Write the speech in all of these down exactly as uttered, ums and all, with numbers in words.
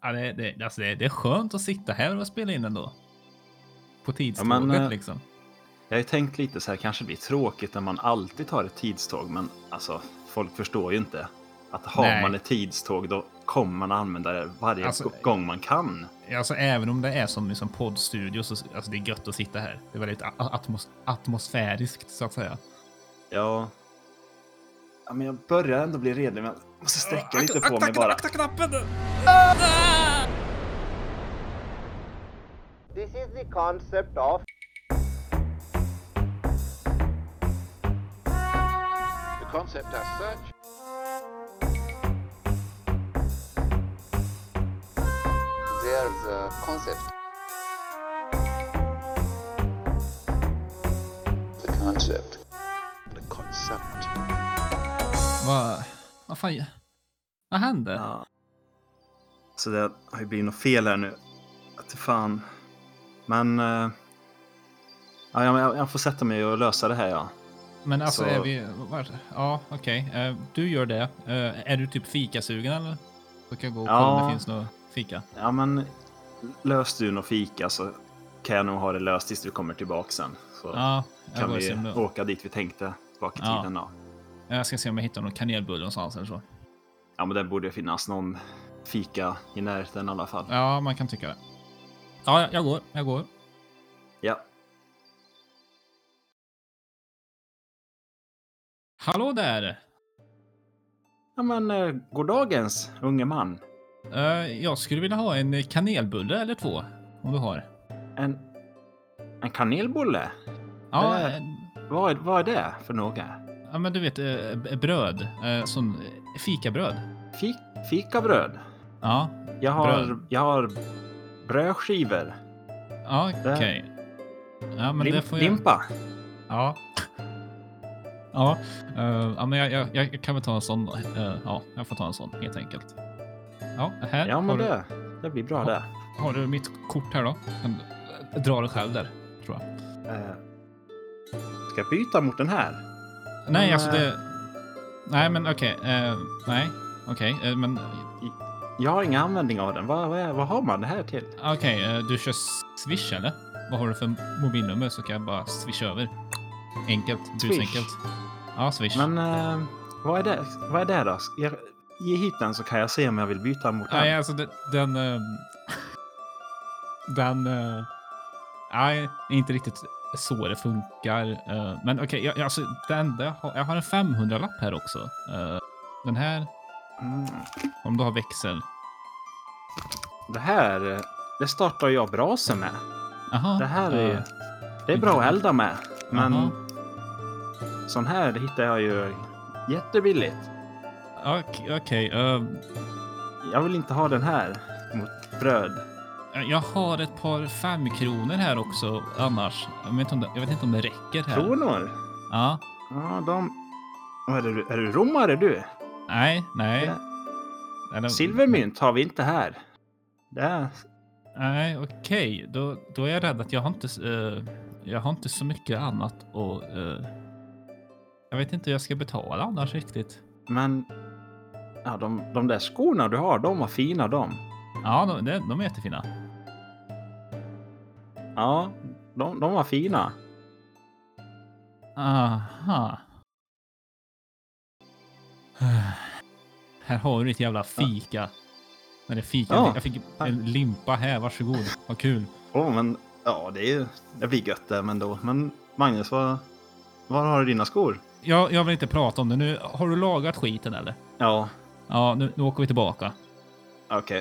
Ja, det, det, alltså det, det är skönt att sitta här och spela in ändå. På Ja, tidståget men, eh, liksom. Jag har ju tänkt lite så här, kanske blir tråkigt när man alltid tar ett tidståg, men alltså folk förstår ju inte att har Nej. man ett tidståg då kommer man använda det varje Alltså, gång man kan. Alltså även om det är som liksom poddstudio så alltså det är gött att sitta här. Det är väldigt atmos atmosfäriskt så att säga. Ja. Ja, men jag börjar ändå bli redo, men jag måste sträcka lite på mig bara. Akta knappen! This is the concept of The concept as such. there's a concept. The concept. The concept. Vad vad fan vad hände? Ja. Så det har ju blivit något fel här nu. Att fan. Men eh, ja, jag, jag får sätta mig och lösa det här, ja. Men alltså Så- är vi var, ja, okej. Eh, du gör det. Eh, är du typ fikasugen eller? Så kan jag gå och kolla Ja. om det finns något fika. Ja, men lös du något fika så kan jag nog ha det löst tills du kommer tillbaka sen. Så Ja, jag kan går och vi ser om det- åka dit vi tänkte tillbaka i Ja. tiden då. Jag ska se om jag hittar någon kanelbulle någonstans eller så. Ja, men det borde finnas någon fika i närheten i alla fall. Ja, man kan tycka det. Ja, jag går. Jag går. Ja. Hallå där! Ja, men eh, goddagens unge man. Eh, jag skulle vilja ha en kanelbulle eller två. Om du har. En, en kanelbulle? Ja, Det- en- Vad är, vad är det för något? ja men du vet eh, bröd. Eh, som eh, fikabröd. Fik, fikabröd? Ja, Jag har, Bröd. jag har brödskivor. ja okej. Ja, men Lim, det får jag... Limpa. Ja. Ja, eh, ja men jag, jag, jag kan väl ta en sån. eh, ja, jag får ta en sån helt enkelt. Ja, här Ja, men har, det, det blir bra det. du, har du mitt kort här då. Kan du dra det själv där, tror jag. Eh, ska jag byta mot den här? Nej, Men, alltså eh, det... Nej, men okej. eh, nej, okej. eh, men Jag har ingen användning av den. Vad, vad, är, vad har man det här till? okej, eh, du kör Swish eller? Vad har du för mobilnummer så kan jag bara swisha över. Enkelt, busenkelt. Ja, Swish. Men eh, vad, är det, vad är det då? Jag, ge hit den så kan jag se om jag vill byta mot den. Nej, alltså det, den... ehm, den... eh, nej, det är inte riktigt så det funkar. eh, men okej, jag, jag- alltså det enda jag har... Jag har en femhundra-lapp här också. Eh, den här, Mm. om du har växel. Det här, eh, det startar jag brasen med. Aha. Det här eh, är, det är bra att elda med. Men Jaha. sån här hittar jag ju jättebilligt. Okej, okej. eh, Jag vill inte ha den här mot bröd. jag har ett par fem kronor här också annars. Jag vet inte om det, jag vet inte om det räcker här. Kronor? Ja. Ja, de... Vad är, du, är du romare du? Nej, nej. Eller- Silvermynt har vi inte här. Det är... Nej, okej. Då, då är jag rädd att jag har inte, eh, jag har inte så mycket annat och eh, jag vet inte hur jag ska betala annars riktigt. Men ja, de, de där skorna du har, de var fina de. Ja, de, de, de är jättefina. Ja, de, de var fina. Aha. Här har du ditt jävla fika. Men det är fika. Ja. Jag fick en limpa här, varsågod. Vad kul. Åh, men ja, det, är, det blir gött det, men då. Men Magnus, vad, var har du dina skor? Jag, jag vill inte prata om det nu. Har du lagat skiten eller? Ja, Ja, nu, nu åker vi tillbaka. okej.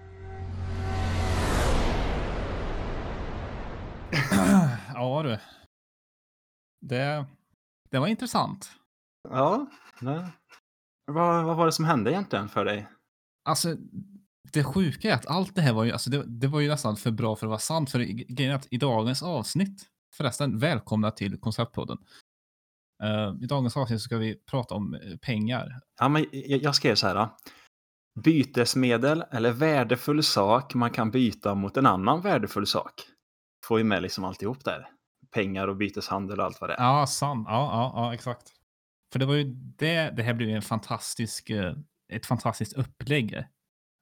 Ja du. Det, det var intressant. Ja, nej. Vad, vad var det som hände egentligen för dig? Alltså, det sjuka är att allt det här var ju, alltså det, det var ju nästan för bra för att vara sant. För grejen är att i dagens avsnitt, förresten, välkomna till Konceptpodden. Uh, I dagens avsnitt så ska vi prata om eh, pengar. Ja, men jag, jag skrev så här. Då. Bytesmedel eller värdefull sak man kan byta mot en annan värdefull sak. Får ju med liksom alltihop där. Pengar och byteshandel och allt vad det är. Ja, sant. Ja, ja, ja, exakt. För det var ju det, det här blev ju en fantastisk, eh, ett fantastiskt upplägg.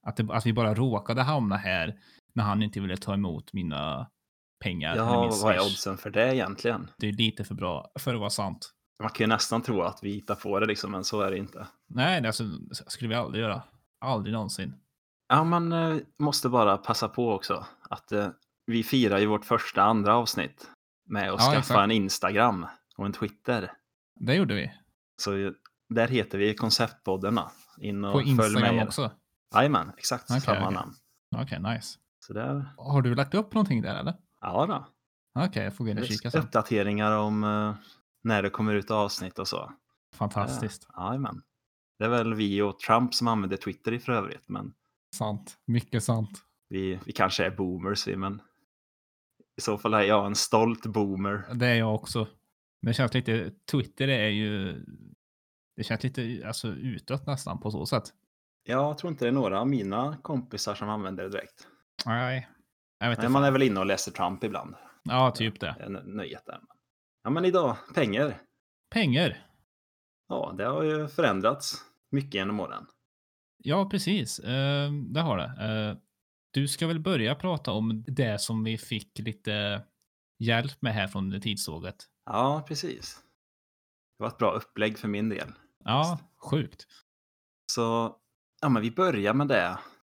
Att, det, att vi bara råkade hamna här när han inte ville ta emot mina pengar. eller Ja, min vad är Swish. oddsen för det egentligen? Det är lite för bra för att vara sant. Man kan ju nästan tro att vi hittar på det liksom, men så är det inte. Nej, det alltså, skulle vi aldrig göra. Aldrig någonsin. Ja, man eh, måste bara passa på också att eh, vi firar ju vårt första andra avsnitt med att Ja, skaffa exakt. en Instagram och en Twitter. Det gjorde vi. Så eh, där heter vi Konceptpodden då. In och På följ Instagram med er. också. Jajamän, exakt Okej, samma okej. namn. Okej, nice. Så där, Har du lagt upp någonting där eller? ja då. Okej, jag får gå in och kika sen. Uppdateringar om eh, när det kommer ut avsnitt och så. Fantastiskt. Ja, jajamän. Det är väl vi och Trump som använder Twitter i för övrigt, men Sant. Mycket sant. vi, vi kanske är boomers, vi, men i så fall är jag en stolt boomer. Det är jag också. Det känns lite, Twitter är ju, det känns lite alltså, utåt nästan på så sätt. Jag tror inte det är några av mina kompisar som använder det direkt. Nej, jag vet Nej, inte. man fan. är väl inne och läser Trump ibland. Ja, typ det. Det är nö- nöjet där. Ja, men idag, pengar. Pengar. Ja, det har ju förändrats mycket genom åren. Ja, precis. Eh, det har det. Eh, du ska väl börja prata om det som vi fick lite hjälp med här från tidssåget. Ja, precis. Det var ett bra upplägg för min del. Ja, sjukt. Så, ja, men vi börjar med det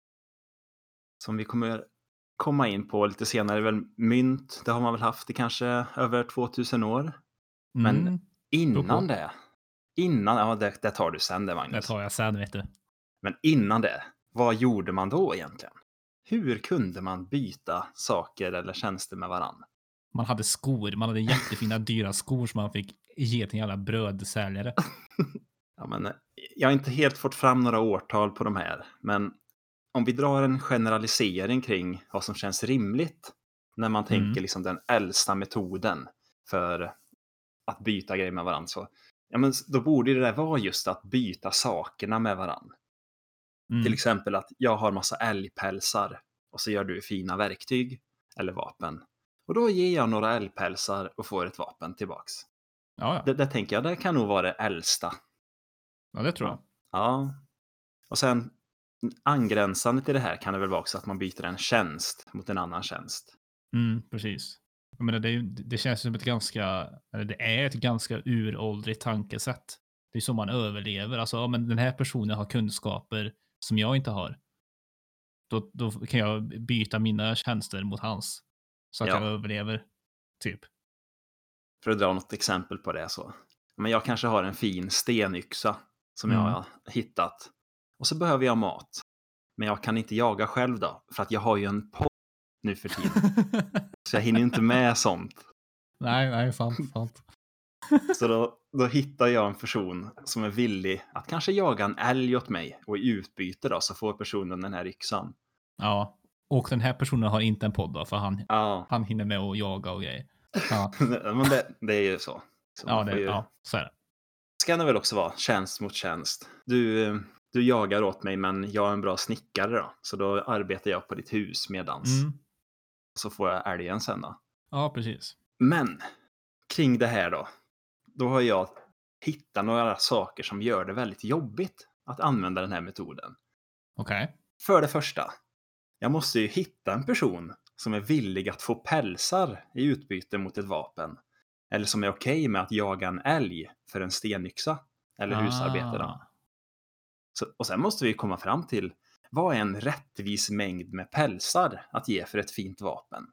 som vi kommer komma in på lite senare. Väl mynt, det har man väl haft i kanske över tvåtusen år. Men Mm, innan på. det, innan, ja det, det tar du sen det det Magnus. tar jag sen, vet du. Men innan det, vad gjorde man då egentligen? Hur kunde man byta saker eller tjänster med varann? Man hade skor. Man hade jättefina dyra skor som man fick ge till en jävla brödsäljare. Ja, men, jag har inte helt fått fram några årtal på de här, men om vi drar en generalisering kring vad som känns rimligt när man tänker Mm. liksom den äldsta metoden för att byta grejer med varandra, så ja, men då borde det där vara just att byta sakerna med varandra. Mm. Till exempel att jag har massa älgpälsar och så gör du fina verktyg eller vapen. Och då ger jag några älgpälsar och får ett vapen tillbaks. Ja, ja. Det, det tänker jag, det kan nog vara det äldsta. ja, det tror jag. Ja. Och sen angränsande till det här kan det väl vara också att man byter en tjänst mot en annan tjänst. Mm, precis. Jag menar, det, är, ju- det känns som ett ganska, eller det är ett ganska uråldrigt tankesätt. Det är så man överlever. Alltså, ja, men den här personen har kunskaper som jag inte har. Då, då kan jag byta mina tjänster mot hans. Så att Ja. jag överlever, typ. För att dra något exempel på det så. Men jag kanske har en fin stenyxa som jag Mm. har hittat. Och så behöver jag mat. Men jag kan inte jaga själv då. För att jag har ju en podd nu för tiden. Så jag hinner ju inte med sånt. nej, nej, sant, sant. Så då, då hittar jag en person som är villig att kanske jaga en älg åt mig. Och i utbyte då så får personen den här yxan. Ja, och den här personen har inte en podd då, för han, Ja, han hinner med att jaga och grejer. Ja, men det, det är ju så. så ja, man det, får ju... ja så är det. Ska det väl också vara tjänst mot tjänst. Du, du jagar åt mig men jag är en bra snickare då. Så då arbetar jag på ditt hus medans. Mm. Så får jag älgen sen då. Ja, precis. Men kring det här då. Då har jag hittat några saker som gör det väldigt jobbigt att använda den här metoden. Okej. För det första. Jag måste ju hitta en person som är villig att få pälsar i utbyte mot ett vapen. Eller som är okej med att jaga en älg för en stenyxa. Eller husarbete då. Ah. Så, och sen måste vi komma fram till vad är en rättvis mängd med pälsar att ge för ett fint vapen?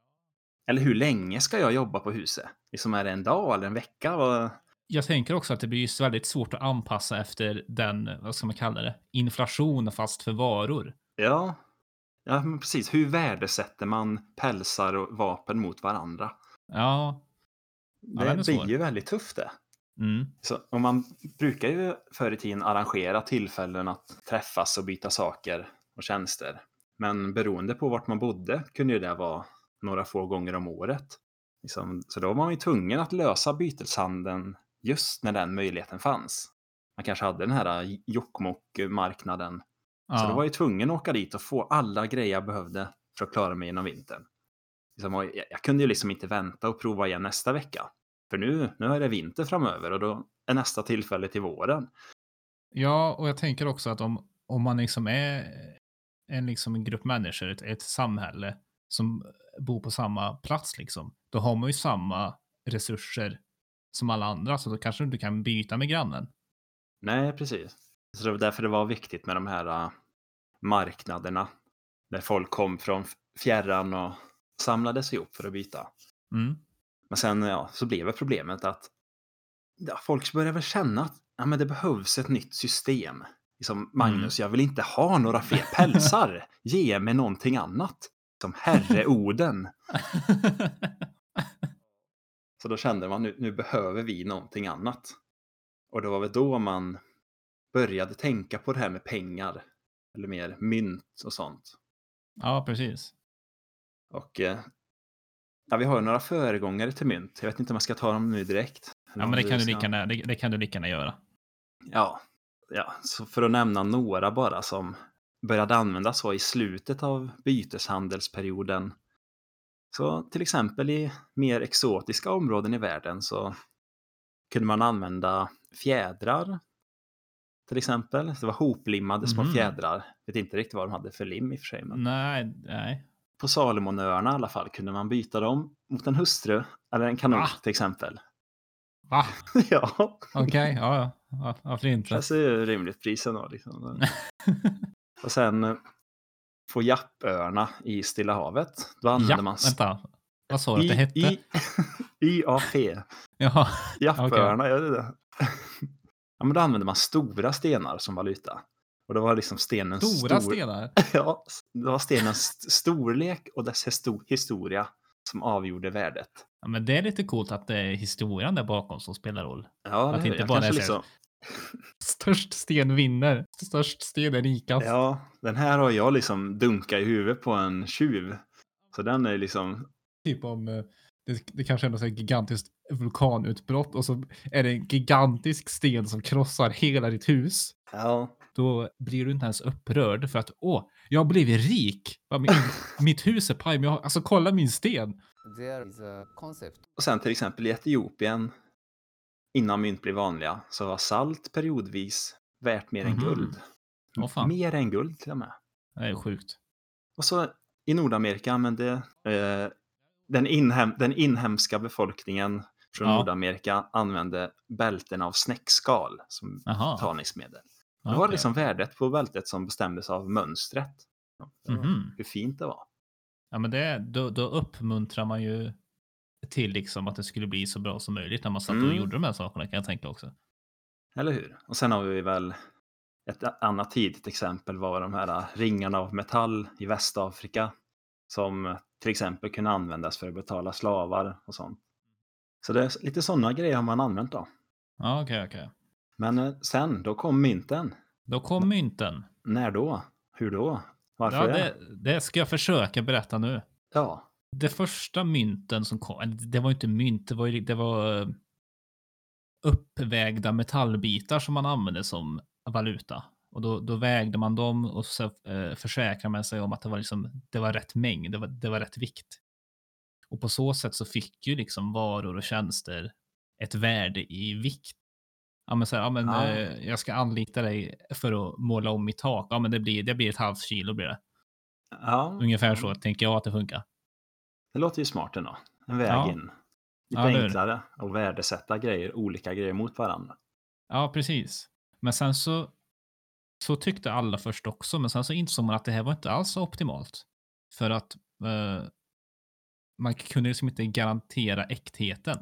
Eller hur länge ska jag jobba på huset? Liksom är det en dag eller en vecka? Och... Jag tänker också att det blir väldigt svårt att anpassa efter den, vad ska man kalla det, inflation fast för varor. Ja, ja men precis. Hur värdesätter man pälsar och vapen mot varandra? Ja. Ja, den är Det svår. blir ju väldigt tufft det. Mm. Så, och man brukar ju förr i tiden arrangera tillfällen att träffas och byta saker och tjänster. Men beroende på vart man bodde kunde ju det vara några få gånger om året. Liksom, så då var man ju tvungen att lösa byteshandeln just när den möjligheten fanns. Man kanske hade den här Jokkmokk-marknaden. Ja. Så då var jag tvungen att åka dit och få alla grejer jag behövde för att klara mig genom vintern. Liksom, och jag, jag kunde ju liksom inte vänta och prova igen nästa vecka. För nu, nu är det vinter framöver och då är nästa tillfälle till våren. Ja, och jag tänker också att om, om man liksom är en, liksom en grupp människor, ett, ett samhälle som bor på samma plats liksom, då har man ju samma resurser som alla andra, så då kanske du inte kan byta med grannen. Nej, precis. Så det var därför det var viktigt med de här uh, marknaderna. Där folk kom från fjärran och samlades ihop för att byta. Mm. Men sen ja, så blev det problemet att ja, folk började väl känna att ja, men det behövs ett nytt system. Liksom, Magnus, mm. jag vill inte ha några fler pälsar. Ge mig någonting annat. Som herre Oden. Så då kände man nu, nu behöver vi någonting annat. Och det var väl då man började tänka på det här med pengar. Eller mer mynt och sånt. Ja, precis. Och eh, ja, vi har ju några föregångare till mynt. Jag vet inte om jag ska ta dem nu direkt. Ja, men det kan, du lika gärna, det, det kan du lika gärna göra. Ja, ja, så för att nämna några bara som började användas så i slutet av byteshandelsperioden. Så till exempel i mer exotiska områden i världen så kunde man använda fjädrar. Till exempel. Det var hoplimmade små Mm. fjädrar. Jag vet inte riktigt vad de hade för lim i och för sig. Men Nej, nej. på Salomonöarna i alla fall kunde man byta dem mot en hustru eller en kanot Ah. till exempel. Va? Ja. Okej, okay, ja, ja. ja. Varför inte? Det är rimligt pris ändå. Liksom. Och sen få jappöarna i Stilla havet. Då använder ja, man... vänta. Vad sa du att det hette? I, I A P. Jaha. Jappöarna, Okay. jag vet det. Ja, men då använder man stora stenar som valuta. Och det var liksom stenens Stora stor... stenar? Ja, det var stenens storlek och dess histo- historia som avgjorde värdet. Ja, men det är lite coolt att det är historien där bakom som spelar roll. Ja, att det inte är bara är liksom... Störst sten vinner. Störst sten är rikast. Ja, den här har jag liksom dunkat i huvudet på en tjuv. Så den är liksom... Typ om det, det kanske är något gigantiskt vulkanutbrott och så är det en gigantisk sten som krossar hela ditt hus. Ja. Då blir du inte ens upprörd för att åh, jag har blivit rik. Mitt, mitt hus är paj, men jag, alltså kolla min sten. There is a concept. Och sen till exempel i Etiopien, innan mynt blev vanliga, så var salt periodvis värt mer Mhm. än guld. Åh, fan. Mer än guld till och med. Det är sjukt. Och så i Nordamerika använde eh, den, inhem, den inhemska befolkningen från Ja. Nordamerika använde bälten av snäckskal som Aha. betalningsmedel. Det Okay. var liksom värdet på bältet som bestämdes av mönstret. Det var Mhm. Hur fint det var. Ja, men det, då, då uppmuntrar man ju till liksom att det skulle bli så bra som möjligt när man satt och Mm. gjorde de här sakerna, kan jag tänka också. Eller hur? Och sen har vi väl ett annat tidigt exempel var de här ringarna av metall i Västafrika som till exempel kunde användas för att betala slavar och sånt. Så det är lite sådana grejer har man använt då. Ja, okej, okay, okej. Okay. Men eh, sen, då kom mynten. Då kom mynten. När då? Hur då? Varför Ja, det? det, det ska jag försöka berätta nu. Ja. Det första mynten som kom, det var inte mynt, det var, ju- det var uppvägda metallbitar som man använde som valuta. Och då, då vägde man dem och så eh, försäkrade man sig om att det var, liksom, det var rätt mängd, det var, det var rätt vikt. Och på så sätt så fick ju liksom varor och tjänster ett värde i vikt. Ja, men så här, ja, men Ja. eh, jag ska anlita dig för att måla om mitt tak. Ja, men det blir, det blir ett halvt kilo blir det. Ja. Ungefär så tänker jag att det funkar. Det låter ju smart ändå. En väg Ja. in. Lite Ja, det är det. enklare att värdesätta grejer, olika grejer mot varandra. Ja, precis. Men sen så, så tyckte alla först också, men sen så insåg man att det här var inte alls så optimalt. För att eh, man kunde liksom inte garantera äktheten.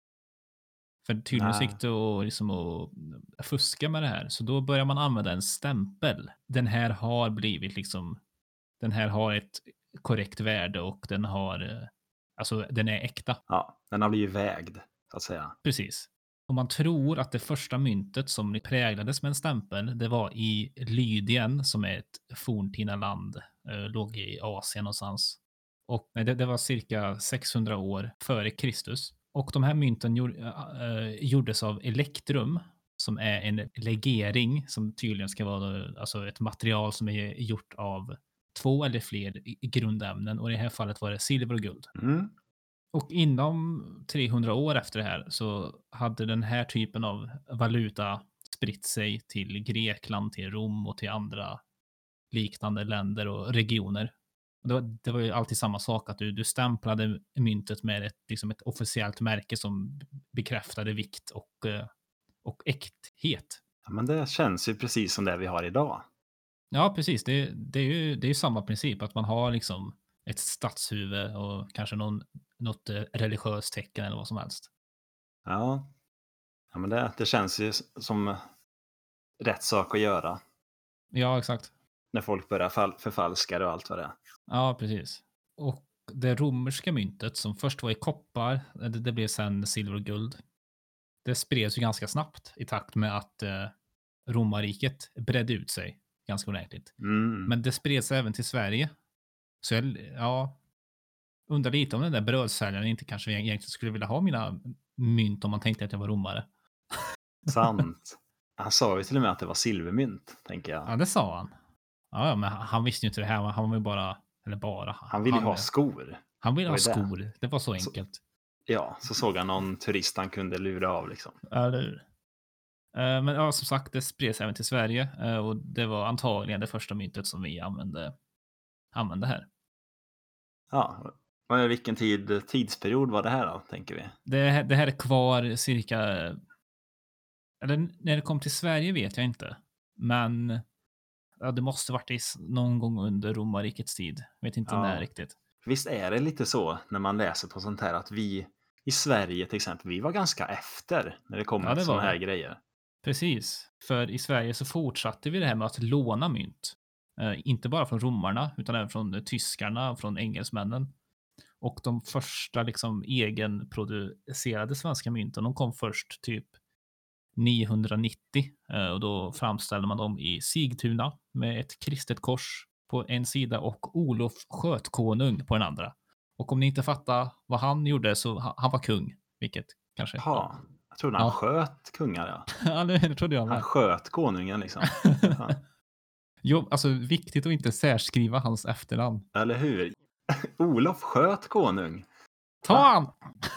För tydligen så Nej. gick det att, liksom att fuska med det här. Så då börjar man använda en stämpel. Den här har blivit liksom, den här har ett korrekt värde och den har, eh, alltså den är äkta. Ja, den har blivit vägd, så att säga. Precis. Och man tror att det första myntet som präglades med en stämpel, det var i Lydien, som är ett forntida land, eh, låg i Asien någonstans. Och det, det var cirka sexhundra år före Kristus. Och de här mynten gjord, äh, gjordes av elektrum, som är en legering som tydligen ska vara alltså ett material som är gjort av två eller fler grundämnen. Och i det här fallet var det silver och guld. Mm. Och inom trehundra år efter det här så hade den här typen av valuta spritt sig till Grekland, till Rom och till andra liknande länder och regioner. Och det, var, det var ju alltid samma sak, att du, du stämplade myntet med ett, liksom ett officiellt märke som bekräftade vikt och, eh, och äkthet. Ja, men det känns ju precis som det vi har idag. Ja, precis. Det, det är ju det är ju samma princip, att man har liksom ett stadshuvud och kanske någon, något eh, religiöst tecken eller vad som helst. Ja, ja men det, det känns ju som rätt sak att göra Ja, exakt. när folk börjar fall, förfalska det och allt vad det är. Ja, precis. Och det romerska myntet som först var i koppar, det, det blev sen silver och guld. Det spreds ju ganska snabbt i takt med att eh, romarriket bredde ut sig ganska ordentligt. Mm. Men det spreds även till Sverige. Så jag, ja, undrar lite om den där brödsäljaren inte kanske egentligen skulle vilja ha mina mynt om man tänkte att jag var romare. Sant. Han sa ju till och med att det var silvermynt, tänker jag. Ja, det sa han. Ja, ja, men han visste ju inte det här. Han var ju bara, eller bara. Han ville ju ha skor. Han ville ha Vad är det? skor. Det var så enkelt. Ja, så såg han någon turist han kunde lura av liksom. Eller hur? Eh, Men ja, som sagt, det spreds även till Sverige eh, och det var antagligen det första myntet som vi använde, använde här. Ja, och vilken tid, tidsperiod var det här då, tänker vi? Det, det här är kvar cirka, eller när det kom till Sverige vet jag inte, men ja, det måste varit i, s- någon gång under romarrikets tid. Vet inte Ja. när riktigt. Visst är det lite så när man läser på sånt här att vi i Sverige till exempel, vi var ganska efter när det kommer Ja, det till såna var här vi. grejer. Precis, för i Sverige så fortsatte vi det här med att låna mynt. Eh, inte bara från romarna, utan även från eh, tyskarna, från engelsmännen. Och de första liksom egenproducerade svenska mynten, de kom först typ niohundranittio. Eh, och då framställde man dem i Sigtuna med ett kristet kors på en sida och Olof skötkonung på den andra. Och om ni inte fattar vad han gjorde så han, han var kung, vilket kanske... Jaha, jag trodde han Ja. sköt kungar. Ja. Ja, det trodde jag Han med. sköt konungen liksom. Ja. Jo, alltså viktigt att inte särskriva hans efternamn. Eller hur? Olof sköt konung. Ta Va? han!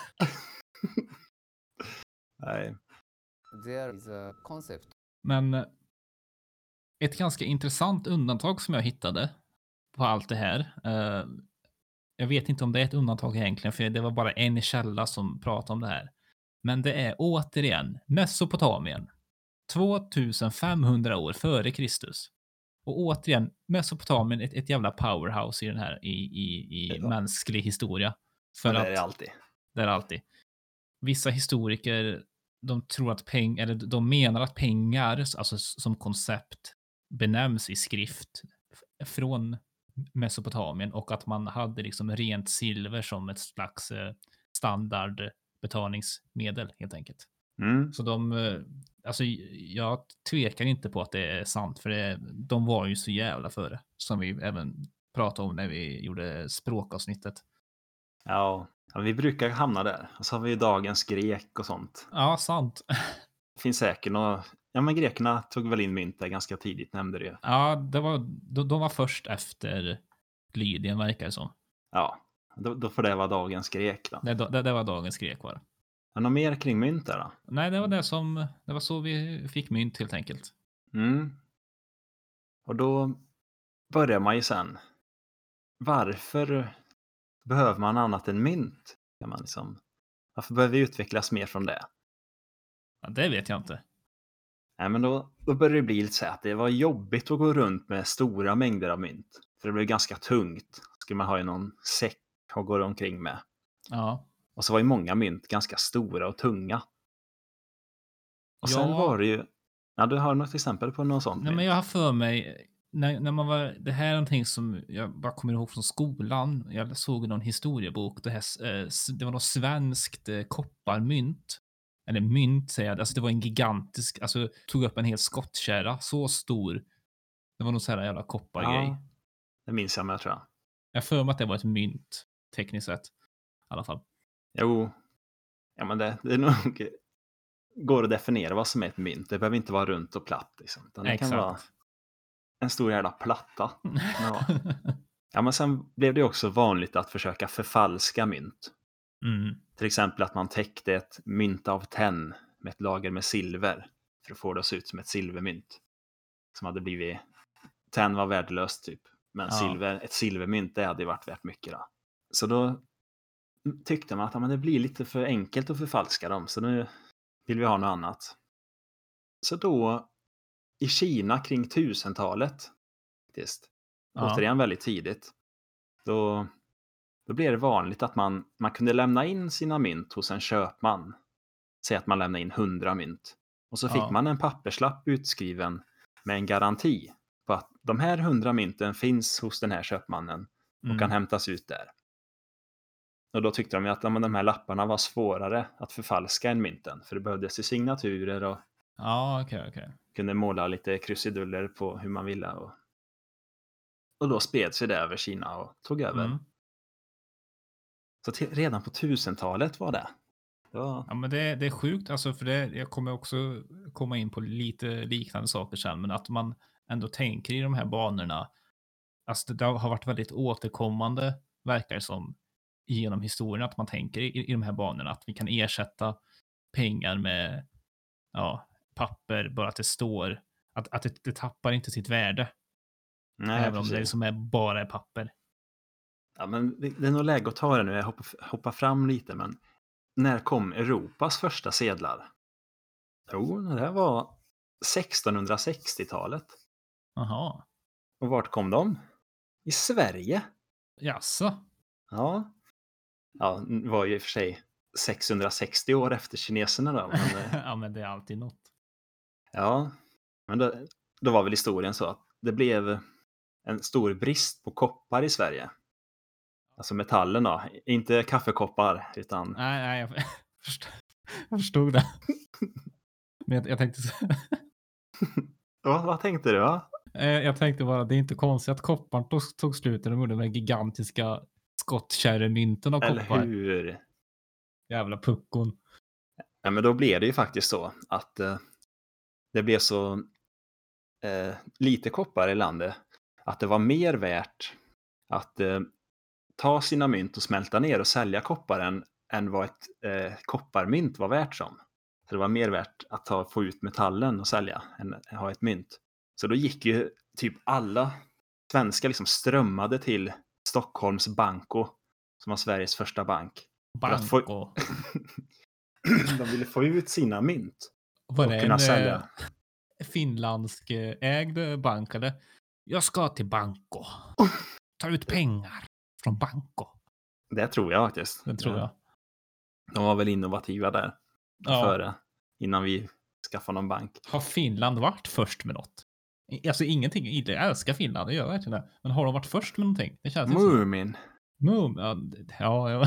Nej. There is a concept Men eh, ett ganska intressant undantag som jag hittade på allt det här. eh, jag vet inte om det är ett undantag egentligen, för det var bara en källa som pratade om det här. Men det är återigen Mesopotamien. tvåtusenfemhundra år före Kristus. Och återigen, Mesopotamien är ett, ett jävla powerhouse i den här i, i, i Ja. mänsklig historia. För Men det att är det alltid. det är alltid. Vissa historiker, de tror att pengar, eller de menar att pengar, alltså som koncept, benämns i skrift f- från Mesopotamien och att man hade liksom rent silver som ett slags eh, standard betalningsmedel helt enkelt. Mm. Så de, eh, alltså jag tvekar inte på att det är sant, för det, de var ju så jävla före, som vi även pratade om när vi gjorde språkavsnittet. Ja, ja, vi brukar hamna där. Och så har vi ju dagens grek och sånt. Ja, sant. Det finns säkert några... Ja, men grekerna tog väl in mynt där ganska tidigt, nämnde det ju. Ja, det var, de, de var först efter Lydien, verkar det som. Ja, då, då får det vara dagens grek då. Det, det, det var dagens grek var det. Är det något mer kring mynt där då? Nej, det var det som, det var så vi fick mynt helt enkelt. Mm. Och då börjar man ju sen. Varför behöver man annat än mynt? Kan man liksom, varför behöver vi utvecklas mer från det? Ja, det vet jag inte. Nej, men då, då börjar det bli lite så här att det var jobbigt att gå runt med stora mängder av mynt. För det blev ganska tungt. Skulle man ha i någon säck och gå omkring med. Ja. Och så var ju många mynt ganska stora och tunga. Och sen Ja. var det ju... Ja, du har något exempel på något sånt Nej, mynt? men jag har för mig, när, när man var, det här är någonting som jag bara kommer ihåg från skolan. Jag såg någon historiebok, det, här, eh, s- det var något svenskt eh, kopparmynt. Eller mynt säger jag, alltså det var en gigantisk, alltså tog upp en hel skottkärra, så stor. Det var någon sån här jävla koppargrej. Ja, det minns jag med, tror jag. Jag har för mig att det var ett mynt, tekniskt sett. I alla fall. Jo, ja, men det, det är nog... går att definiera vad som är ett mynt. Det behöver inte vara runt och platt. Liksom. Utan det kan vara Exakt. en stor jävla platta. Ja. Ja, men sen blev det också vanligt att försöka förfalska mynt. mm. Till exempel att man täckte ett mynt av tenn med ett lager med silver för att få det att se ut som ett silvermynt som hade blivit tenn var värdelöst typ. Men Ja. silver, ett silvermynt, det hade ju varit värt mycket då. Så då tyckte man att ja, men det blir lite för enkelt att förfalska dem. Så nu vill vi ha något annat. Så då i Kina kring tusentalet, faktiskt, Ja. återigen väldigt tidigt, då, då blev det vanligt att man, man kunde lämna in sina mynt hos en köpman. Säg att man lämnar in hundra mynt. Och så fick Ja. man en papperslapp utskriven med en garanti på att de här hundra mynten finns hos den här köpmannen och Mm. kan hämtas ut där. Och då tyckte de ju att ja, men de här lapparna var svårare att förfalska än mynten. För det behövdes ju signaturer och Ja, okej, okej. kunde måla lite krusiduller på hur man ville. Och, och då spred sig det över Kina och tog över. Mm. Så till, redan på tusentalet var det. det var, Ja, men det, det är sjukt, alltså för det, jag kommer också komma in på lite liknande saker sen, men att man ändå tänker i de här banorna. Alltså det har varit väldigt återkommande, verkar det som, genom historien, att man tänker i, i de här banorna, att vi kan ersätta pengar med ja, papper, bara att det står, att, att det, det tappar inte sitt värde, nej, även om det precis. som är bara är papper. Ja, men det, det är nog läge att ta det nu. Jag hoppar, hoppar fram lite, men när kom Europas första sedlar? Jo, det här var sextonhundrasextiotalet. Jaha, Och vart kom de? I Sverige. jaså? Ja. Ja, det var ju i och för sig sexhundrasextio år efter kineserna då. Men, eh, Ja, men det är alltid något. ja, men då, då var väl historien så att det blev en stor brist på koppar i Sverige. Alltså metallen då, inte kaffekoppar utan... Nej, nej, jag förstod, jag förstod det. Men jag, jag tänkte vad, vad tänkte du? Va? eh, jag tänkte bara, det är inte konstigt att kopparn tog, tog slut när de gjorde de här gigantiska skottkärremynten av Eller koppar. hur? Jävla puckon. Ja, men då blev det ju faktiskt så att eh, det blev så eh, lite koppar i landet att det var mer värt att eh, ta sina mynt och smälta ner och sälja kopparen än vad ett eh, kopparmynt var värt som. Så det var mer värt att ta, få ut metallen och sälja än att ha ett mynt. Så då gick ju typ alla svenskar liksom strömmade till Stockholms Banco som var Sveriges första bank. För att få- Banco. De ville få ut sina mynt. Var och det kunna en sälja. eh, finlandsk eh, ägd bank eller? Jag ska till Banco. Ta ut pengar från Banco. Det tror jag faktiskt. Det tror jag. De var väl innovativa där. Ja. Före. Innan vi skaffade någon bank. Har Finland varit först med något? I- Alltså ingenting. Inte jag älskar Finland, det gör jag verkligen det. Men har de varit först med någonting? Det känns inte så. Moomin. Moom, ja, det- ja, ja.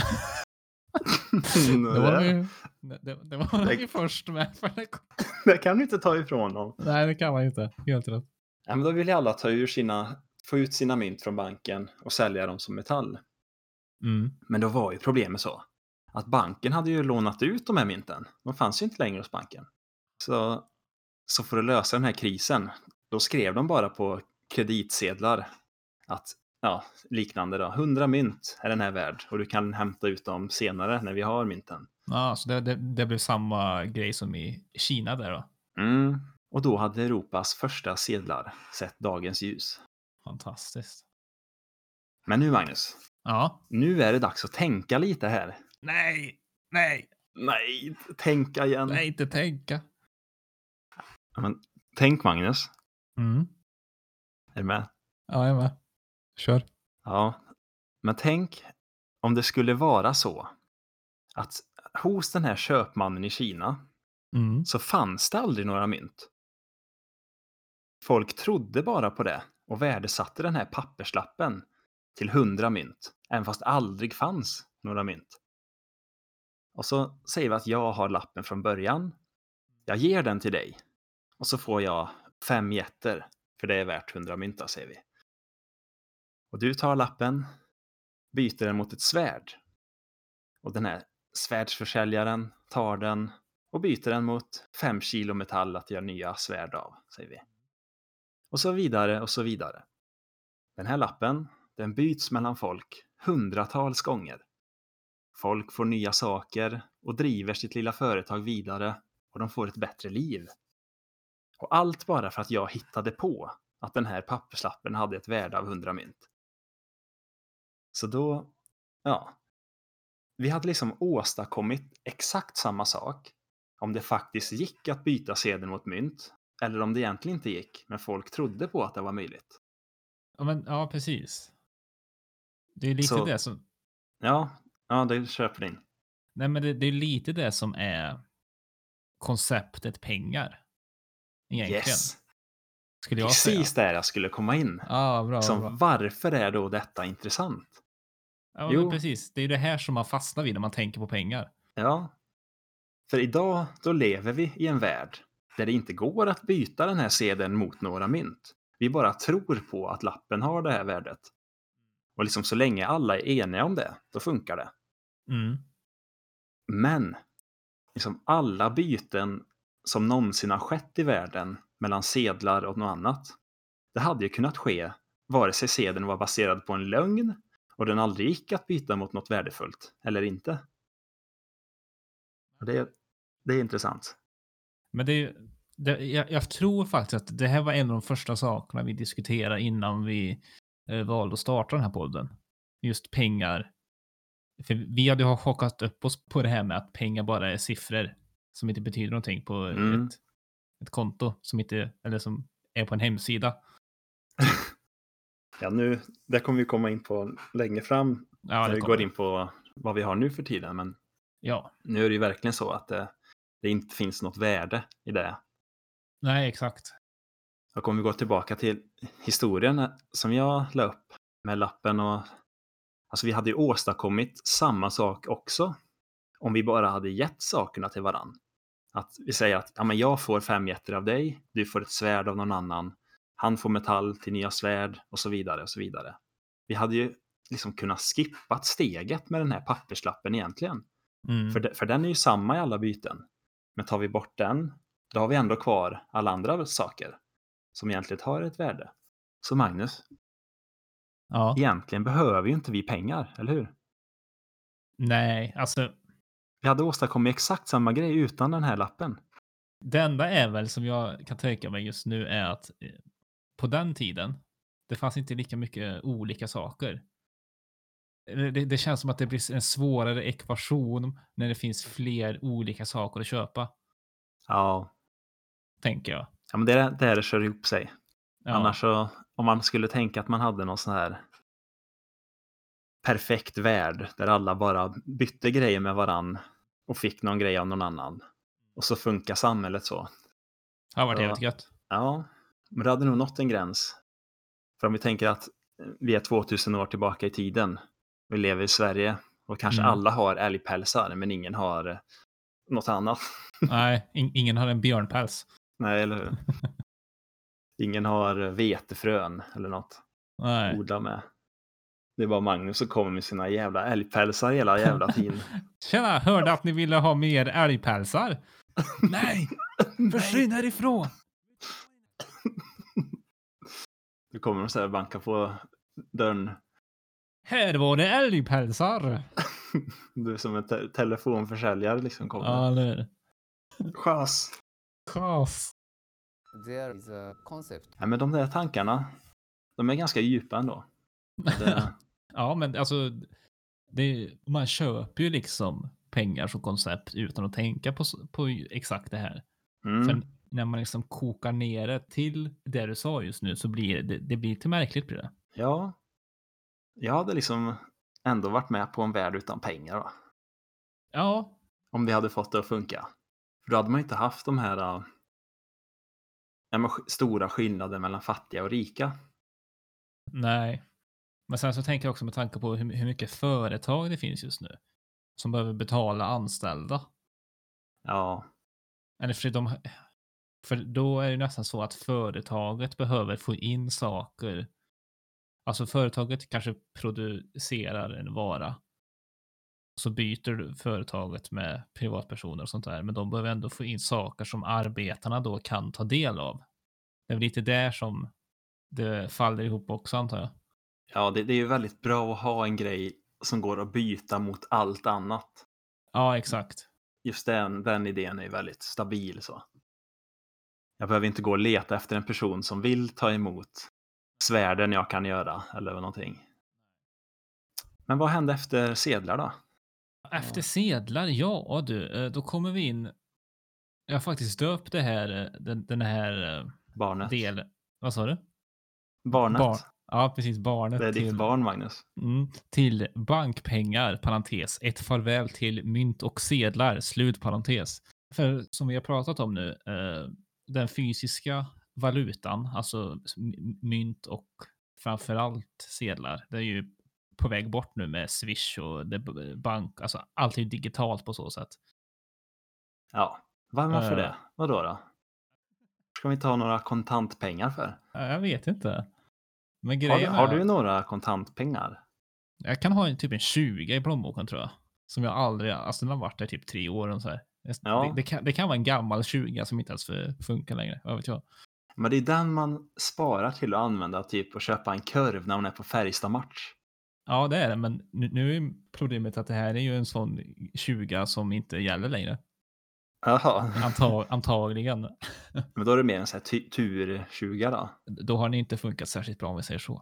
Det var vi, det, det var Det- vi först med. För det, Det kan du inte ta ifrån dem. nej, det kan man inte. Helt rätt. Ja, men då vill ju alla ta ur sina, få ut sina mynt från banken och sälja dem som metall. Mm. Men då var ju problemet så att banken hade ju lånat ut de här mynten. De fanns ju inte längre hos banken. Så, så för att lösa den här krisen, då skrev de bara på kreditsedlar att, ja, liknande då, hundra mynt är den här värd och du kan hämta ut dem senare när vi har mynten. Ja, så det, det, det blev samma grej som i Kina där då. Mm. Och då hade Europas första sedlar sett dagens ljus. Fantastiskt. Men nu, Magnus, Ja. nu är det dags att tänka lite här. Nej, nej, Nej, tänka igen. nej, inte tänka. Ja, men, tänk, Magnus. Mm. Är du med? Ja, jag är med. Kör. Ja, men tänk om det skulle vara så att hos den här köpmannen i Kina Mm. så fanns det aldrig några mynt. Folk trodde bara på det och värdesatte den här papperslappen till hundra mynt, även fast det aldrig fanns några mynt. Och så säger vi att jag har lappen från början. Jag ger den till dig och så får jag fem jätter, för det är värt hundra mynt, säger vi. Och du tar lappen, byter den mot ett svärd. Och den här svärdsförsäljaren tar den och byter den mot fem kilo metall att göra nya svärd av, säger vi. Och så vidare och så vidare. Den här lappen, den byts mellan folk hundratals gånger. Folk får nya saker och driver sitt lilla företag vidare och de får ett bättre liv. Och allt bara för att jag hittade på att den här papperslappen hade ett värde av hundra mynt. Så då, ja. Vi hade liksom åstadkommit exakt samma sak om det faktiskt gick att byta sedeln mot mynt. Eller om det egentligen inte gick, men folk trodde på att det var möjligt. Ja, men, ja precis. Det är lite Så- det som... Ja, ja det köper din. Nej, men det, det är lite det som är konceptet pengar. Egentligen. Yes! Skulle jag säga. Precis där jag skulle komma in. Ja, bra, Som, bra. varför är då detta intressant? Ja, Jo. men precis. Det är det här som man fastnar vid när man tänker på pengar. Ja. För idag, då lever vi i en värld där det inte går att byta den här sedeln mot några mynt. Vi bara tror på att lappen har det här värdet. Och liksom så länge alla är eniga om det, då funkar det. Mm. Men liksom alla byten som någonsin har skett i världen mellan sedlar och något annat, det hade ju kunnat ske vare sig sedeln var baserad på en lögn och den aldrig gick att byta mot något värdefullt eller inte. Och det, det är intressant. Men det är ju- det, jag, jag tror faktiskt att det här var en av de första sakerna vi diskuterade innan vi eh, valde att starta den här podden. Just pengar. För vi hade ju hakat upp oss på det här med att pengar bara är siffror som inte betyder någonting på Mm. ett, ett konto som inte, eller som är på en hemsida. Ja, nu, det kommer vi komma in på längre fram Ja, när det vi kommer. går in på vad vi har nu för tiden. Men Ja, nu är det ju verkligen så att det, det inte finns något värde i det. nej exakt. Och om vi går tillbaka till historien som jag la upp med lappen och alltså vi hade ju åstadkommit samma sak också om vi bara hade gett sakerna till varann. Att vi säger att ja, men jag får fem jätter av dig, du får ett svärd av någon annan, han får metall till nya svärd och så vidare och så vidare. Vi hade ju liksom kunnat skippa steget med den här papperslappen egentligen. Mm. För, de, för den är ju samma i alla byten. Men tar vi bort den, då har vi ändå kvar alla andra saker som egentligen har ett värde. Så Magnus, Ja, egentligen behöver ju inte vi pengar, eller hur? nej, alltså Vi hade åstadkommit exakt samma grej utan den här lappen. det enda är väl som jag kan tänka mig just nu är att eh, på den tiden, det fanns inte lika mycket olika saker. Det, det, det känns som att det blir en svårare ekvation när det finns fler olika saker att köpa, Ja, tänker jag. ja men det är där det kör ihop sig. Ja, Annars så, om man skulle tänka att man hade någon sån här perfekt värld där alla bara bytte grejer med varann och fick någon grej av någon annan. Och så funkar samhället så. det har varit Ja. jävligt gött. Ja, men det hade nog nått en gräns. För om vi tänker att vi är tvåtusen år tillbaka i tiden. Vi lever i Sverige och kanske Mm. alla har älgpälsar men ingen har eh, något annat. Nej, in, ingen har en björnpäls. Nej, eller hur? Ingen har eh, vetefrön eller något. Nej. Odla med. Det är bara Magnus som kommer med sina jävla älgpälsar hela jävla tiden. Tjena, hörde att ni ville ha mer älgpälsar? Nej, försvinn härifrån! Du kommer och så här banka på dörren. Här var det älgpälsar! Du är som en te- telefonförsäljare liksom kommer. Ja, eller Chas. Chas. There is a concept. Ja, men de där tankarna, de är ganska djupa ändå. Det, Ja, men alltså, det, man köper ju liksom pengar som koncept utan att tänka på, på exakt det här. mm, För när man liksom kokar ner det till det du sa just nu så blir det, det blir lite märkligt blir det. ja, jag hade liksom ändå varit med på en värld utan pengar va? Ja, Om vi hade fått det att funka. För då hade man inte haft de här äh, ja, men sk- stora skillnader mellan fattiga och rika. nej. Men sen så tänker jag också med tanke på hur, hur mycket företag det finns just nu som behöver betala anställda. Ja, Eller för, de, för då är det nästan så att företaget behöver få in saker. Alltså företaget kanske producerar en vara. Så byter företaget med privatpersoner och sånt där. Men de behöver ändå få in saker som arbetarna då kan ta del av. Det är väl lite där som det faller ihop också antar jag. ja det, det är ju väldigt bra att ha en grej som går att byta mot allt annat. Ja, exakt. Just den, den idén är ju väldigt stabil så. Jag behöver inte gå och leta efter en person som vill ta emot svärden jag kan göra eller någonting. Men vad hände efter sedlar då? Efter sedlar, ja du, eh, då kommer vi in. Jag har faktiskt döpt det här, eh, den, den här eh, Barnet. del. Vad sa du? Barnet. Barn. Ja, precis. Barnet Det är ditt till, barn, Magnus. mm, till bankpengar, parentes. Ett farväl till mynt och sedlar, slut parentes. För som vi har pratat om nu, eh, den fysiska valutan, alltså m- mynt och framförallt sedlar, det är ju på väg bort nu med Swish och det, bank, alltså allt är ju digitalt på så sätt. Ja, varför Eh. det? Vad då då? Ska vi inte ha några kontantpengar för? Ja, jag vet inte. Men Har du, grejen har är, du några kontantpengar? jag kan ha en, typ en tjugo i plånboken tror jag. Som jag aldrig, alltså den har varit där typ tre år och så här. Ja. Det, det, kan, det kan vara en gammal tjugo som inte ens för, funkar längre. Vad vet jag. Men det är den man sparar till att använda typ och köpa en kurv när man är på Färjestad-match. Ja, det är det. Men nu, nu är problemet att det här är ju en sån tjugo som inte gäller längre. Jaha, Antag, antagligen. men då är det mer en sån här ty- tur-tjugo då. Då har ni inte funkat särskilt bra om vi säger så.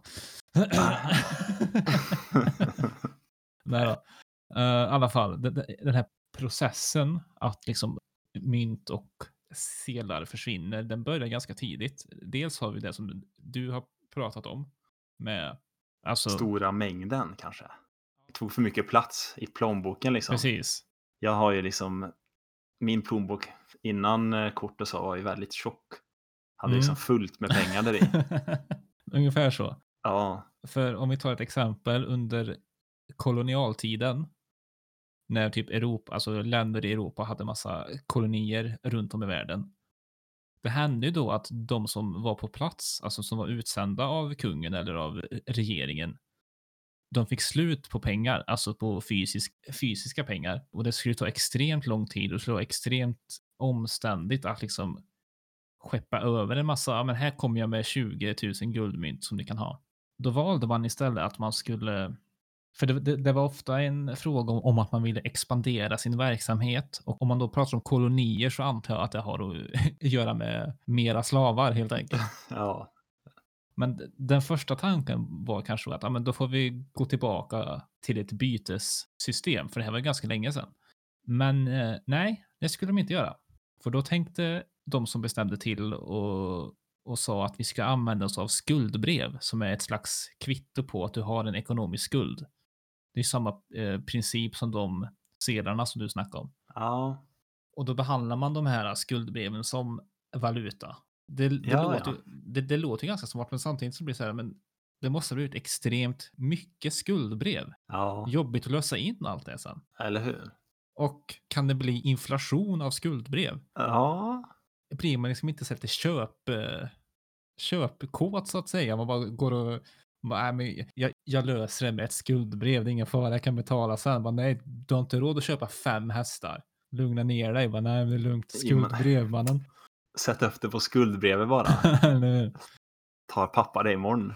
Nej då. Uh, I alla fall, det, det, den här processen att liksom mynt och sedlar försvinner, den börjar ganska tidigt. Dels har vi det som du har pratat om med alltså, Stora mängden kanske. Det tog för mycket plats i plånboken liksom. precis. Jag har ju liksom min plånbok innan eh, kortet så var ju väldigt tjock. Hade Mm. liksom fullt med pengar där i. Ungefär så. Ja, För om vi tar ett exempel under kolonialtiden när typ Europa, alltså länder i Europa hade massa kolonier runt om i världen. Det hände ju då att de som var på plats, alltså som var utsända av kungen eller av regeringen, de fick slut på pengar, alltså på fysisk, fysiska pengar. Och det skulle ta extremt lång tid och det skulle vara extremt omständigt att liksom skeppa över en massa, ja, men här kommer jag med tjugo tusen guldmynt som ni kan ha. Då valde man istället att man skulle, för det, det, det var ofta en fråga om, om att man ville expandera sin verksamhet. Och om man då pratar om kolonier så antar jag att det har att göra med mera slavar helt enkelt. ja. Men d- den första tanken var kanske att ja, men då får vi gå tillbaka till ett bytessystem, för det här var ganska länge sedan. Men eh, nej, det skulle de inte göra. För då tänkte de som bestämde till och, och sa att vi ska använda oss av skuldbrev som är ett slags kvitto på att du har en ekonomisk skuld. Det är samma eh, princip som de sedlarna som du snackade om. Ja, Och då behandlar man de här skuldbreven som valuta. Det, det, Ja, låter, ja. det, det låter ganska smart, men samtidigt så blir det så här, men det måste bli ut extremt mycket skuldbrev. ja, Jobbigt att lösa in allt det sen. eller hur? Och kan det bli inflation av skuldbrev? Ja, Blir man liksom inte så lite köp, eh, köpkåt så att säga? Man bara går och bara, äh, men jag, jag löser det med ett skuldbrev, det är ingen fara, jag kan betala sen. Bara, nej, du har inte råd att köpa fem hästar. Lugna ner dig. Bara, nej, det är lugnt. Skuldbrev, mannen. sätt upp det på skuldbrevet bara. Nu. Tar pappa det imorgon.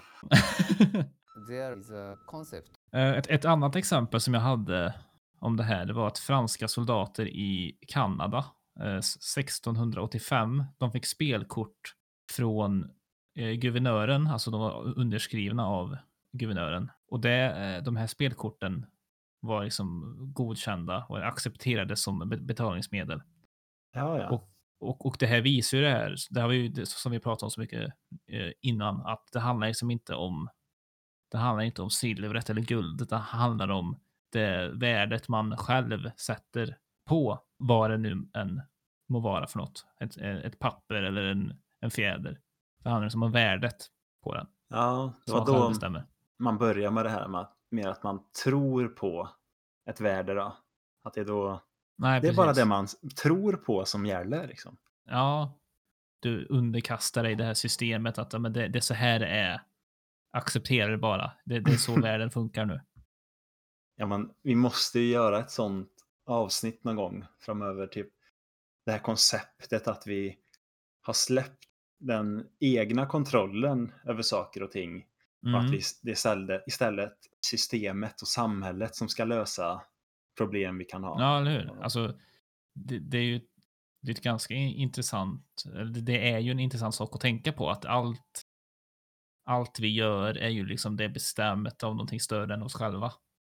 There is a concept. Eh, ett, ett annat exempel som jag hade om det här, det var att franska soldater i Kanada eh, sexton åttiofem, de fick spelkort från eh, guvernören, alltså de var underskrivna av guvernören. Och det, eh, de här spelkorten var liksom godkända och accepterades som be- betalningsmedel. Ja, ja. Och, och, och det här visar ju det här, det har vi ju, det, som vi pratade om så mycket eh, innan, att det handlar liksom inte om det handlar inte om silvret eller guld, det handlar om det värdet man själv sätter på vad det nu än må vara för något. Ett, ett papper eller en, en fjäder. Det handlar liksom om värdet på den. Ja, det Som var man själv då bestämmer. man börjar med det här med att, med att man tror på ett värde då. Att det är då, Nej, det är precis. bara det man tror på som gäller liksom. Ja, du underkastar dig det här systemet att ja, men det, det är så här det är. Acceptera det bara. Det, det är så världen funkar nu. Ja, men vi måste ju göra ett sånt avsnitt någon gång framöver. Typ det här konceptet att vi har släppt den egna kontrollen över saker och ting. Mm. Och att vi, det är istället, istället systemet och samhället som ska lösa problem vi kan ha. Ja, eller hur? Alltså, det, det är ju Det är ett ganska intressant, eller det är ju en intressant sak att tänka på, att allt, allt vi gör är ju liksom det bestämt av någonting större än oss själva.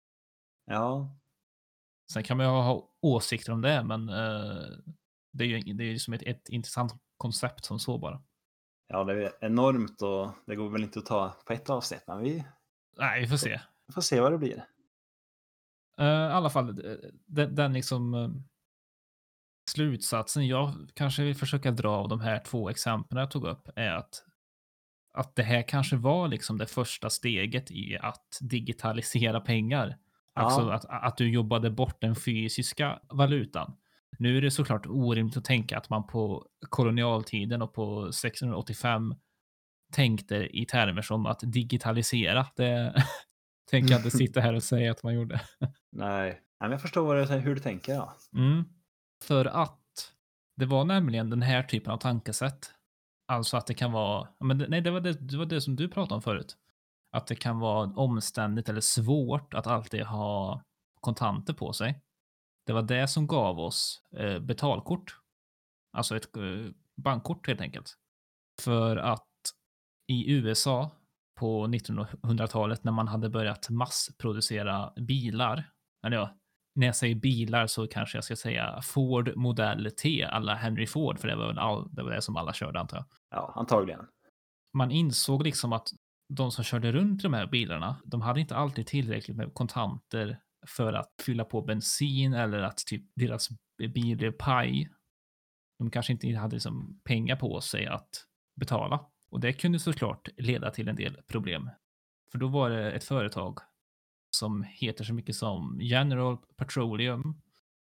Ja, Sen kan man ju ha åsikter om det, men uh, det är ju det är ju som ett, ett intressant koncept som så bara. ja, det är enormt och det går väl inte att ta på ett avsnitt, men vi Nej, vi får se. får se vad det blir. Uh, I alla fall, den, den liksom uh, slutsatsen jag kanske vill försöka dra av de här två exemplen jag tog upp är att, att det här kanske var liksom det första steget i att digitalisera pengar. Alltså Ja. att, att du jobbade bort den fysiska valutan. Nu är det såklart orimligt att tänka att man på kolonialtiden och på sexhundraåttiofem tänkte i termer som att digitalisera. Det tänker jag inte sitta här och säga att man gjorde. Nej, men jag förstår vad du, hur du tänker. Ja. Mm. För att det var nämligen den här typen av tankesätt. Alltså att det kan vara, men det, nej, det var det, det var det som du pratade om förut. Att det kan vara omständigt eller svårt att alltid ha kontanter på sig. Det var det som gav oss eh, betalkort. Alltså ett eh, bankkort helt enkelt. För att i U S A på nittonhundratalet när man hade börjat massproducera bilar, eller ja, när jag säger bilar så kanske jag ska säga Ford Model T, alla Henry Ford, för det var väl all, det var det som alla körde antar jag. Ja, antagligen. Man insåg liksom att de som körde runt de här bilarna, de hade inte alltid tillräckligt med kontanter för att fylla på bensin eller att typ deras bil blev paj. De kanske inte hade liksom pengar på sig att betala. Och det kunde såklart leda till en del problem. För då var det ett företag som heter så mycket som General Petroleum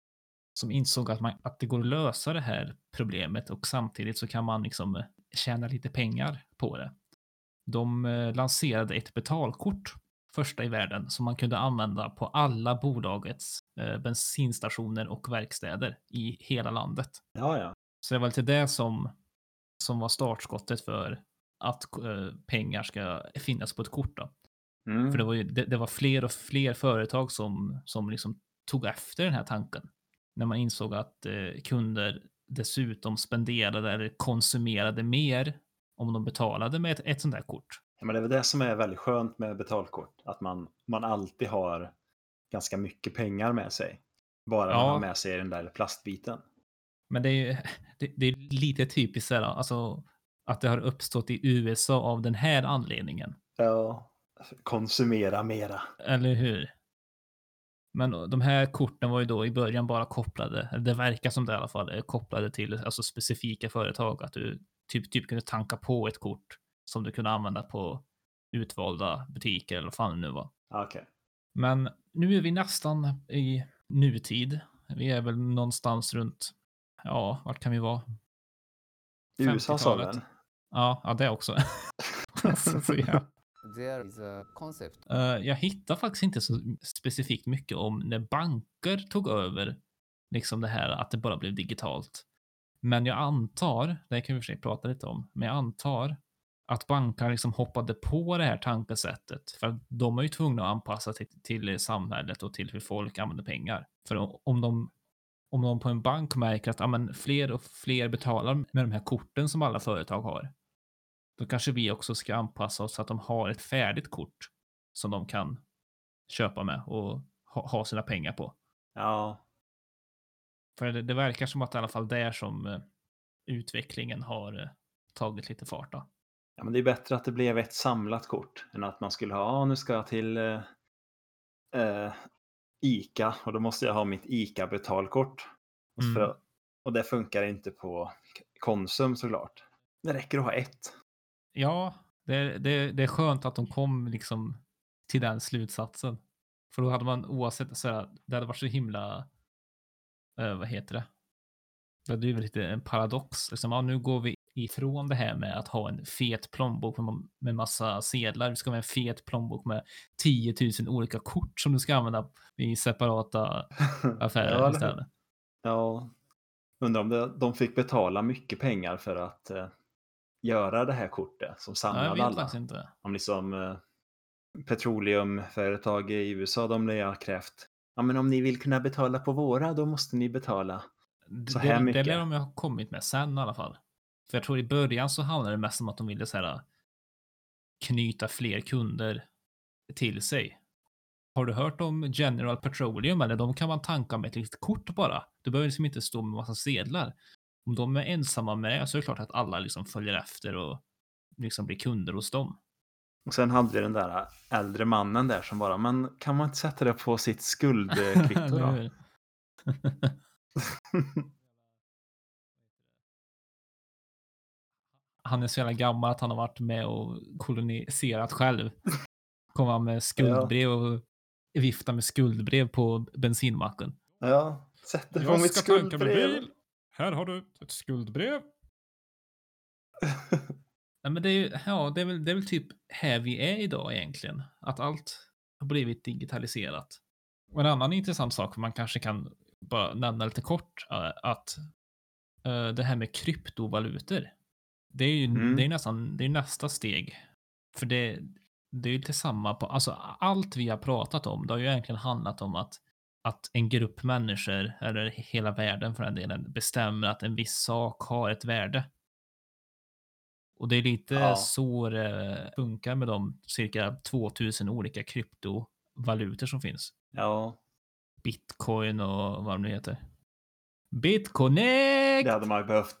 som insåg att, man, att det går att lösa det här problemet och samtidigt så kan man liksom tjäna lite pengar på det. De eh, lanserade ett betalkort, första i världen, som man kunde använda på alla bolagets eh, bensinstationer och verkstäder i hela landet. Ja, ja. Så det var lite det som, som var startskottet för att eh, pengar ska finnas på ett kort. Då. Mm. För det var, ju, det, det var fler och fler företag som, som liksom tog efter den här tanken. När man insåg att eh, kunder dessutom spenderade eller konsumerade mer om de betalade med ett, ett sånt där kort. Ja, men det är väl det som är väldigt skönt med betalkort. Att man, man alltid har ganska mycket pengar med sig. Bara Ja. man har med sig den där plastbiten. Men det är ju det, det är lite typiskt så här, alltså, att det har uppstått i U S A av den här anledningen. Ja, konsumera mera. Eller hur? Men de här korten var ju då i början bara kopplade, eller det verkar som det i alla fall, är kopplade till alltså specifika företag. Att du typ, typ kunde tanka på ett kort som du kunde använda på utvalda butiker eller vad fan det nu var. Okej. Okay. Men nu är vi nästan i nutid. Vi är väl någonstans runt, ja, vart kan vi vara? I U S A sa den. Ja, ja, det också. så, så, ja. There is a concept. Uh, jag hittar faktiskt inte så specifikt mycket om när banker tog över liksom det här att det bara blev digitalt. Men jag antar, det kan vi för sig prata lite om, men jag antar att banker liksom hoppade på det här tankesättet för att de är ju tvungna att anpassa till, till samhället och till hur folk använder pengar. För om de, om de på en bank märker att ja, men fler och fler betalar med de här korten som alla företag har, då kanske vi också ska anpassa oss så att de har ett färdigt kort som de kan köpa med och ha, ha sina pengar på. Ja. För det, det verkar som att i alla fall det är som uh, utvecklingen har uh, tagit lite fart då. Ja, men det är bättre att det blev ett samlat kort än att man skulle ha, ja, nu ska jag till eh, eh, ICA och då måste jag ha mitt ICA-betalkort. Mm. För, och det funkar inte på Konsum såklart. Det räcker att ha ett. Ja, det, det, det är skönt att de kom liksom till den slutsatsen. För då hade man oavsett, så här, det hade varit så himla, eh, vad heter det? Det är ju lite en paradox. Liksom, ja, nu går vi ifrån det här med att ha en fet plånbok med, med massa sedlar. Vi ska ha en fet plånbok med tio tusen olika kort som du ska använda i separata affärer ja, istället. Ja, undrar om det, de fick betala mycket pengar för att eh, göra det här kortet som samlade alla. Jag vet faktiskt inte. Om liksom eh, petroleumföretag i U S A, de har krävt, ja men om ni vill kunna betala på våra, då måste ni betala. Det, Så här det, mycket. det lär de ju ha kommit med sen i alla fall. För jag tror i början så handlade det mest om att de ville så här, knyta fler kunder till sig. Har du hört om General Petroleum? Eller de kan man tanka med ett litet kort bara. Du behöver liksom inte stå med massa sedlar. Om de är ensamma med det så är det klart att alla liksom följer efter och liksom blir kunder hos dem. Och sen hade vi den där äldre mannen där som bara, men kan man inte sätta det på sitt skuldkvitto då? Han är så jävla gammal att han har varit med och koloniserat själv. Kommer han med skuldbrev och vifta med skuldbrev på bensinmacken. Ja, sätt det på mitt skuldbrev. Här har du ett skuldbrev. Nej, men det är ju, ja, det är väl, det är väl typ här vi är idag egentligen. Att allt har blivit digitaliserat. Och en annan intressant sak man kanske kan bara nämna lite kort, är att uh, det här med kryptovalutor. Det är ju Mm. det är nästan det är nästa steg. För det, det är ju lite samma på, alltså allt vi har pratat om, det har ju egentligen handlat om att, att en grupp människor, eller hela världen för den delen, bestämmer att en viss sak har ett värde. Och det är lite Ja. så det funkar med de cirka tvåtusen olika kryptovalutor som finns. Ja, Bitcoin och vad de nu heter. Bitconnect! det hade man ju behövt.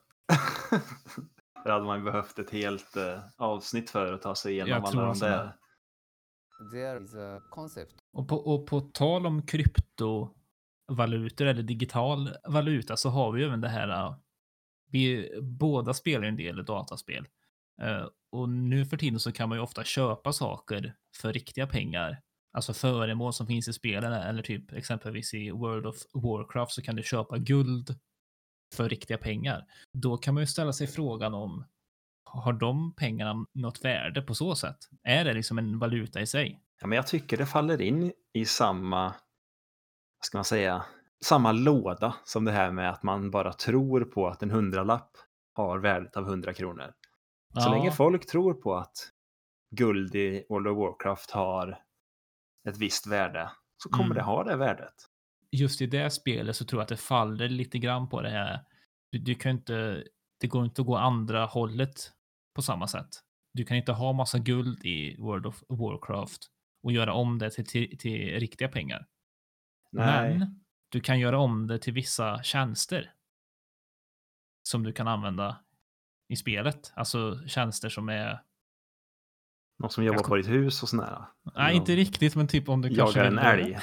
Det hade man ju behövt ett helt eh, avsnitt för att ta sig igenom Jag tror alla de också där. There is a concept. Och på, och på tal om kryptovalutor eller digital valuta så har vi ju även det här. uh, Vi båda spelar en del dataspel. Uh, och nu för tiden så kan man ju ofta köpa saker för riktiga pengar. Alltså föremål som finns i spelen, eller typ exempelvis i World of Warcraft så kan du köpa guld för riktiga pengar. Då kan man ju ställa sig frågan om, har de pengarna något värde på så sätt? Är det liksom en valuta i sig? Ja, men jag tycker det faller in i samma, vad ska man säga, samma låda som det här med att man bara tror på att en hundralapp har värdet av hundra kronor. Så Ja. länge folk tror på att guld i World of Warcraft har ett visst värde så kommer Mm. det ha det värdet. Just i det spelet så tror jag att det faller lite grann på det här. Du, du kan inte, det går inte att gå andra hållet på samma sätt. Du kan inte ha massa guld i World of Warcraft och göra om det till, till, till riktiga pengar. Nej. Men du kan göra om det till vissa tjänster som du kan använda i spelet. Alltså tjänster som är... Någon som jobbar Jag kom- på ditt hus och sådär. Nej, inte riktigt, men typ om du kanske Jagar en vill- älg.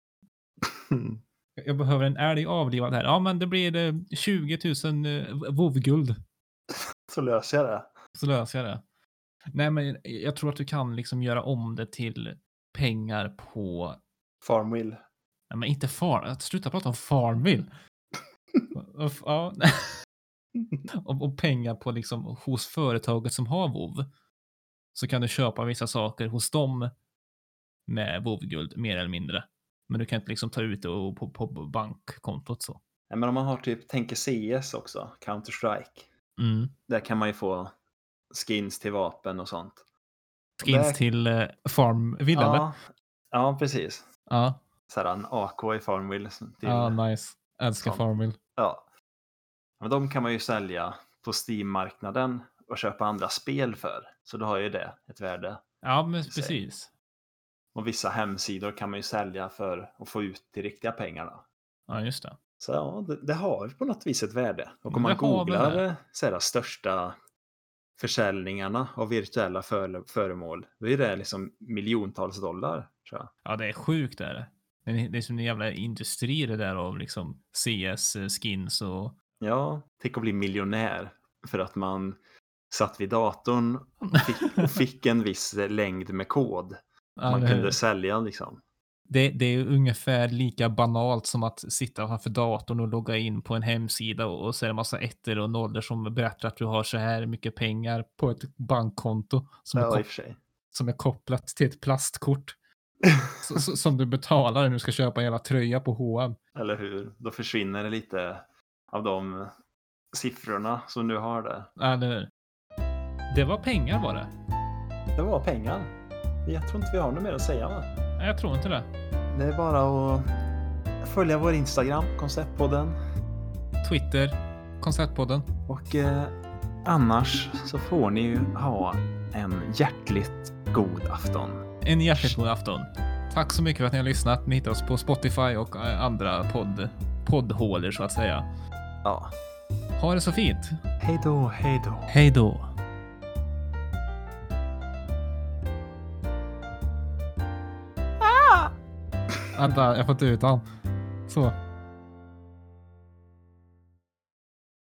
Jag behöver en älg avlivad här. Ja, men det blir eh, tjugo tusen eh, vovguld. Så löser jag det. Så löser jag det. Nej, men jag tror att du kan liksom göra om det till pengar på... Farmville. Nej, men inte far... Sluta prata om Farmville. Och- ja. och, och pengar på liksom hos företaget som har vov. Så kan du köpa vissa saker hos dem med vovguld, mer eller mindre. Men du kan inte liksom ta ut det och på, på bankkontot så. Nej, men om man har typ, tänker C S också, Counter-Strike. Mm. Där kan man ju få skins till vapen och sånt. Skins Där- till eh, Farmville, eller? Ja, ja, precis. Ja. Så här en A K i Farmville. Till, Ja, nice. Älskar sånt. Farmville. ja. Men de kan man ju sälja på Steam-marknaden och köpa andra spel för. Så då har ju det ett värde. Ja, men Säg. precis. Och vissa hemsidor kan man ju sälja för att få ut till riktiga pengar då. Ja, just det. Så ja, det, det har ju på något vis ett värde. Och om Det man har väl googlar det. så här, största försäljningarna av virtuella före, föremål, då är det liksom miljontals dollar, tror jag. Ja, det är sjukt det är det. Det är, det är som en jävla industri det där av liksom C S-skins och... Ja, tänk att bli miljonär för att man satt vid datorn och fick, och fick en viss längd med kod. Ja, Man det, kunde sälja liksom. det, det är ungefär lika banalt som att sitta framför datorn och logga in på en hemsida och, och så är det en massa ettor och nollor som berättar att du har så här mycket pengar på ett bankkonto som, är, Ja, i och kop- för sig. som är kopplat till ett plastkort. så, så, som du betalar när du ska köpa en jävla tröja på H och M. Eller hur? Då försvinner det lite av de siffrorna som du har där. Ja, det, det var pengar var det. Det var pengar. Jag tror inte vi har något mer att säga, va? Nej, jag tror inte det. Det är bara att följa vår Instagram, Konceptpodden. Twitter, Konceptpodden. Och eh, annars så får ni ju ha en hjärtligt god afton. En hjärtligt god afton. Tack så mycket för att ni har lyssnat. Ni hittar oss på Spotify och eh, andra podd, poddhålor så att säga. Ja. Ha det så fint. Hej då, hej då. Hej då. Vänta, jag får inte ut han. Så.